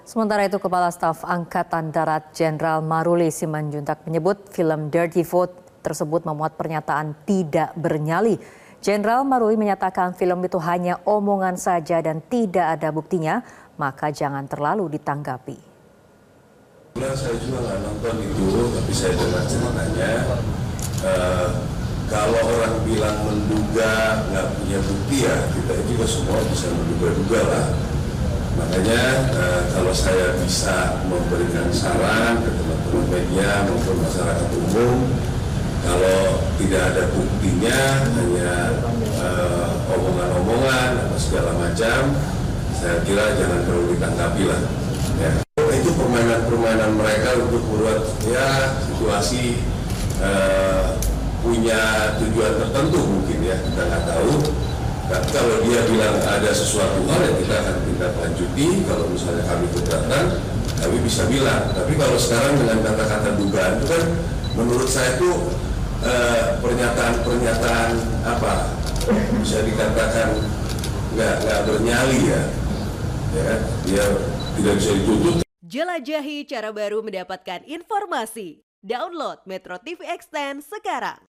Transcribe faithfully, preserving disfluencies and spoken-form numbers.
Sementara itu, Kepala Staf Angkatan Darat Jenderal Maruli Simanjuntak menyebut film Dirty Vote tersebut memuat pernyataan tidak bernyali. Jenderal Maruli menyatakan film itu hanya omongan saja dan tidak ada buktinya, maka jangan terlalu ditanggapi. Saya juga nggak nonton itu, tapi saya dengar ceritanya. Uh, kalau orang bilang menduga nggak punya bukti ya, kita juga semua bisa menduga-duga lah. Makanya uh, kalau saya bisa memberikan saran ke teman-teman media maupun masyarakat umum, kalau tidak ada buktinya, hanya uh, omongan-omongan atau segala macam, saya kira jangan terlalu ditanggapi lah. Ya. Itu permainan-permainan mereka untuk membuat ya situasi uh, punya tujuan tertentu mungkin ya, kita nggak tahu. Tapi kalau dia bilang ada sesuatu hal yang kita akan tindak lanjuti, kalau misalnya kami keberatan, kami bisa bilang. Tapi kalau sekarang dengan kata-kata dugaan itu kan menurut saya itu eh, pernyataan-pernyataan apa bisa dikatakan nggak nggak bernyali ya, ya dia tidak bisa dituntut. Jelajahi cara baru mendapatkan informasi. Download Metro T V Extend sekarang.